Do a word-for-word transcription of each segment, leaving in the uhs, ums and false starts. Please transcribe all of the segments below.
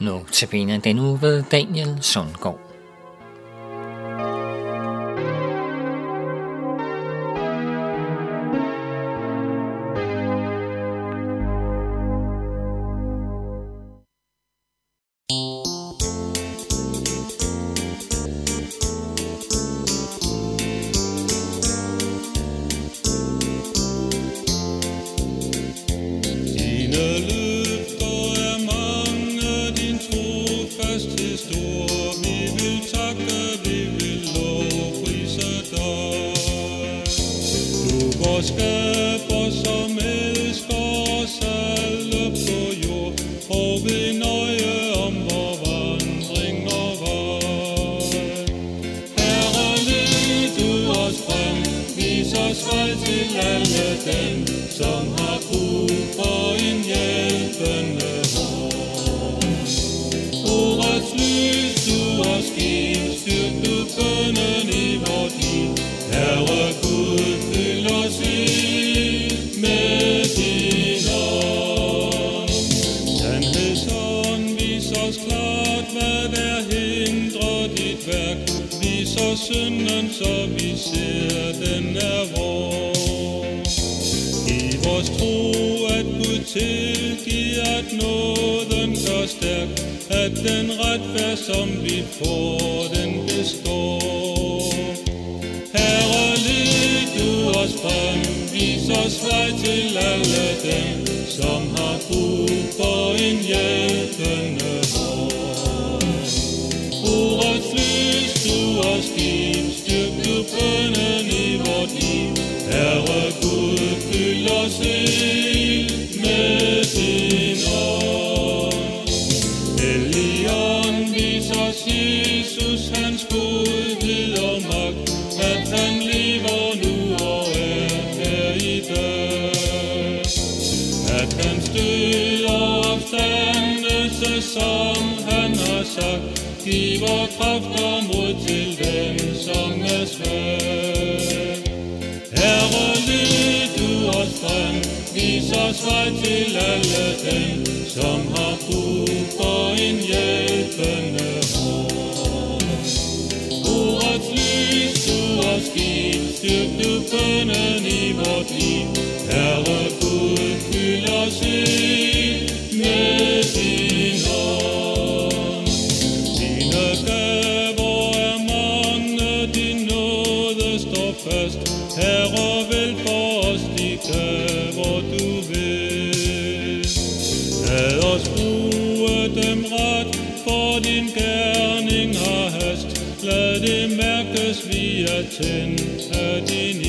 Notabene den uge ved Daniel Sundgaard. Vor skaber, som elsker os alle på jord, og vil nøje om vor vandring og vej. Herre, led du os frem, vis os vej til alle dem, som har brug for en hjælpende hånd. Ordets lys du os giv, styrk du bønnen i vort liv. Herre Gud, fyld os i med din ånd. Sandhedsånd, vis os klart, hvad der hindrer dit værk. Vis os synden, så vi ser, den er vor. I vores tro, at Gud tilgiver, at nåden gør stærk, at den retfærd, som vi får, den består. Herre, led du os frem, vis os vej til alle dem, som har brug for en hjælpende hånd. Ordets lys du os giv, styrk du bønnen i vort liv. Herre Gud, fyld os i med din ånd. Helligånd, vis os Jesus, hans godhed og magt, at han lever nu og er her i dag. At hans død og opstandelse, som han har sagt, giver kraft og mod til dem, som er svag. Herre, led du os frem, vis os vej til alle dem, som har brug for en hjælpende hånd. Ordets lys du os giv, styrk du bønnen i vort liv. Herre Gud, fyld os i med din ånd. Dine gaver er mange, din nåde står fast. Herre, vælg for os de gaver du vil. Lad os bruge dem ret, for din gerning har hast. Lad det mærkes, vi er tændt af din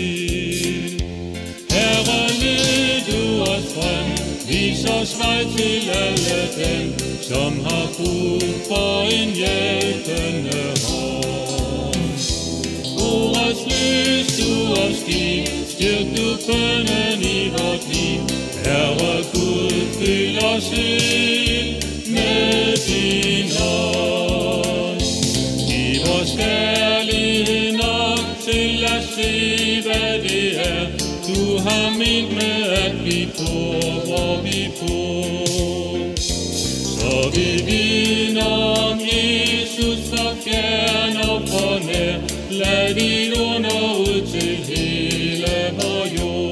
ild. Herre, led du os frem, vis os vej til alle dem, som har brug for en hjælpende hånd. Ordets lys du os giv, styrk du bønnen i vort liv. Herre Gud, fyld os i med din ånd. Giv os kærlighed nok til at se, hvad det er, du har ment med, at vi bor, hvor vi bor. Så vi vidner om Jesus for fjern og for nær. Lad dit ord nå ud til hele vor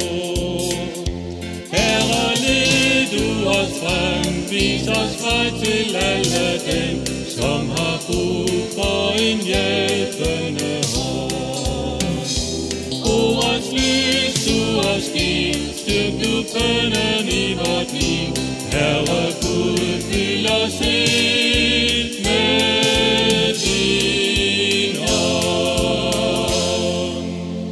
jord. Herre, led du os frem, vis os vej til alle dem, som har brug for en hjælpende hånd. Ordets lys du os giv, styrk du bønnen i vort liv. Herre Gud, fyld os i med din ånd.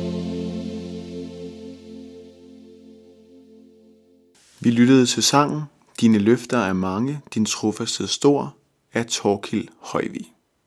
Vi lyttede til sangen Dine løfter er mange, din trofasthed stor af Thorkild Højvig.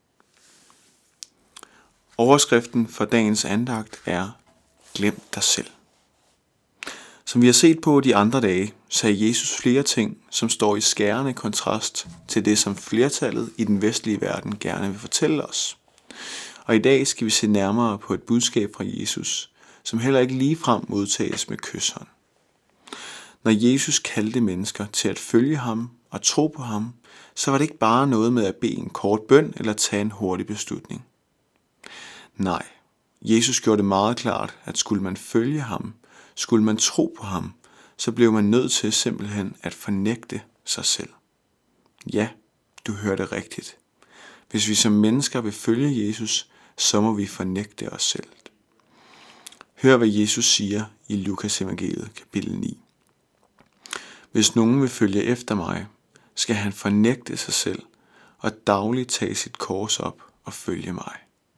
Overskriften for dagens andagt er Glem dig selv. Som vi har set på de andre dage, sagde Jesus flere ting, som står i skærende kontrast til det, som flertallet i den vestlige verden gerne vil fortælle os. Og i dag skal vi se nærmere på et budskab fra Jesus, som heller ikke ligefrem modtages med kyshånd. Når Jesus kaldte mennesker til at følge ham og tro på ham, så var det ikke bare noget med at bede en kort bøn eller tage en hurtig beslutning. Nej, Jesus gjorde det meget klart, at skulle man følge ham, skulle man tro på ham, så blev man nødt til simpelthen at fornægte sig selv. Ja, du hørte rigtigt. Hvis vi som mennesker vil følge Jesus, så må vi fornægte os selv. Hør, hvad Jesus siger i Lukas evangeliet kapitel ni. Hvis nogen vil følge efter mig, skal han fornægte sig selv og dagligt tage sit kors op og følge mig.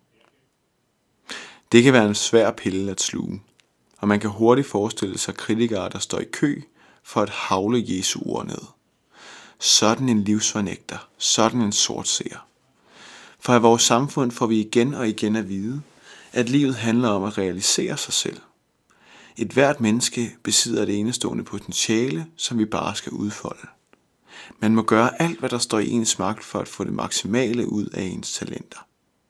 Det kan være en svær pille at sluge, og man kan hurtigt forestille sig kritikere, der står i kø for at hagle Jesu ord ned. Sådan en livsfornægter, sådan en sortseer. For i vores samfund får vi igen og igen at vide, at livet handler om at realisere sig selv. Et hvert menneske besidder et enestående potentiale, som vi bare skal udfolde. Man må gøre alt, hvad der står i ens magt for at få det maksimale ud af ens talenter.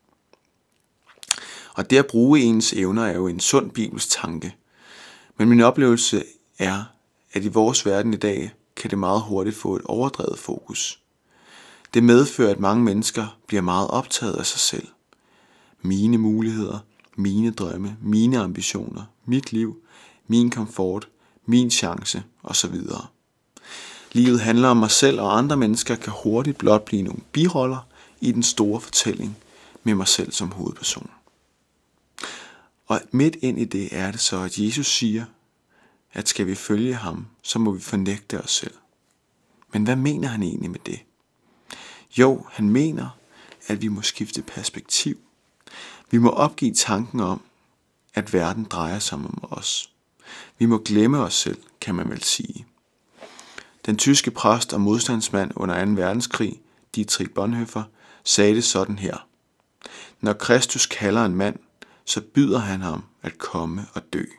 Og det at bruge ens evner er jo en sund bibelsk tanke. Men min oplevelse er, at i vores verden i dag kan det meget hurtigt få et overdrevet fokus. Det medfører, at mange mennesker bliver meget optaget af sig selv. Mine muligheder, mine drømme, mine ambitioner, mit liv, min komfort, min chance osv. Livet handler om mig selv, og andre mennesker kan hurtigt blot blive nogle biroller i den store fortælling med mig selv som hovedperson. Og midt ind i det er det så, at Jesus siger, at skal vi følge ham, så må vi fornægte os selv. Men hvad mener han egentlig med det? Jo, han mener, at vi må skifte perspektiv. Vi må opgive tanken om, at verden drejer sig om os. Vi må glemme os selv, kan man vel sige. Den tyske præst og modstandsmand under anden verdenskrig, Dietrich Bonhoeffer, sagde det sådan her. Når Kristus kalder en mand, så byder han ham at komme og dø.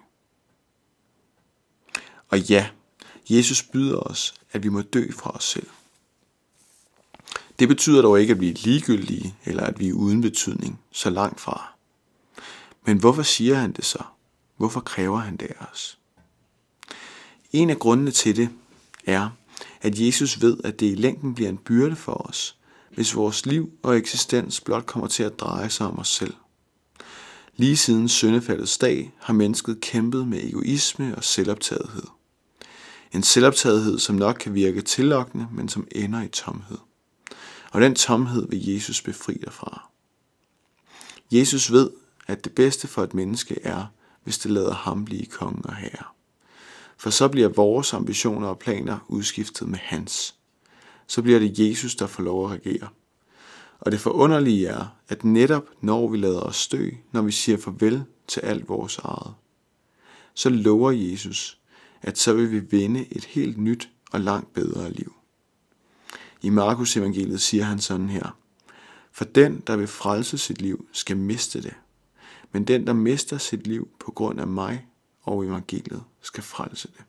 Og ja, Jesus byder os, at vi må dø fra os selv. Det betyder dog ikke, at vi er ligegyldige, eller at vi er uden betydning, så langt fra. Men hvorfor siger han det så? Hvorfor kræver han det af os? En af grundene til det er, at Jesus ved, at det i længden bliver en byrde for os, hvis vores liv og eksistens blot kommer til at dreje sig om os selv. Lige siden syndefaldets dag har mennesket kæmpet med egoisme og selvoptagethed. En selvoptagethed, som nok kan virke tillokkende, men som ender i tomhed. Og den tomhed vil Jesus befri dig fra. Jesus ved, at det bedste for et menneske er, hvis det lader ham blive konge og herre. For så bliver vores ambitioner og planer udskiftet med hans. Så bliver det Jesus, der får lov at regere. Og det forunderlige er, at netop når vi lader os stø, når vi siger farvel til alt vores eget, så lover Jesus, at så vil vi vinde et helt nyt og langt bedre liv. I Markus evangeliet siger han sådan her: For den, der vil frelse sit liv, skal miste det. Men den, der mister sit liv på grund af mig og evangeliet, skal frelse det.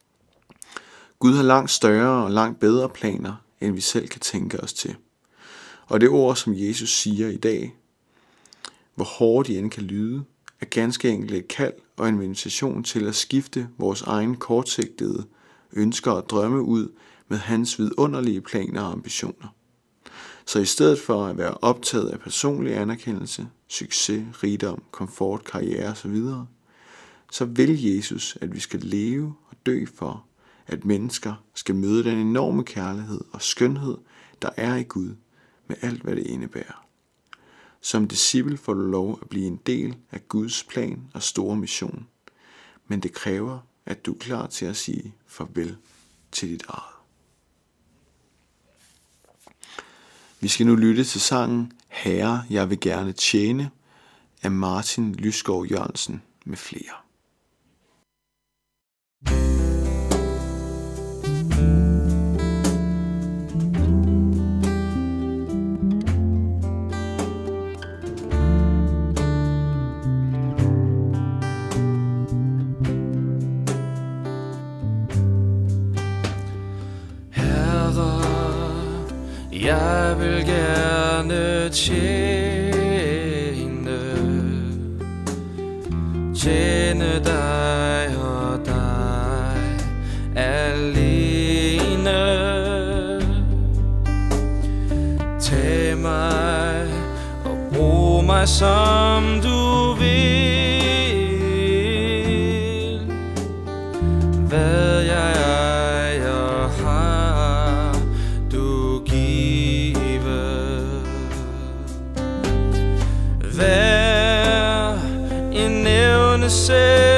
Gud har langt større og langt bedre planer, end vi selv kan tænke os til. Og det ord, som Jesus siger i dag, hvor hårdt de end kan lyde, er ganske enkelt et kald og en invitation til at skifte vores egen kortsigtede ønsker og drømme ud med hans vidunderlige planer og ambitioner. Så i stedet for at være optaget af personlig anerkendelse, succes, rigdom, komfort, karriere osv., så vil Jesus, at vi skal leve og dø for, at mennesker skal møde den enorme kærlighed og skønhed, der er i Gud, med alt hvad det indebærer. Som disciple får du lov at blive en del af Guds plan og store mission, men det kræver, at du er klar til at sige farvel til dit eget. Vi skal nu lytte til sangen Herre, jeg vil gerne tjene af Martin Lysgaard Jørgensen med flere. Jeg vil gerne tjene, tjene dig og dig alene. brug mig som du vil. Hvad jeg ejer har du givet. Vær en nævnelse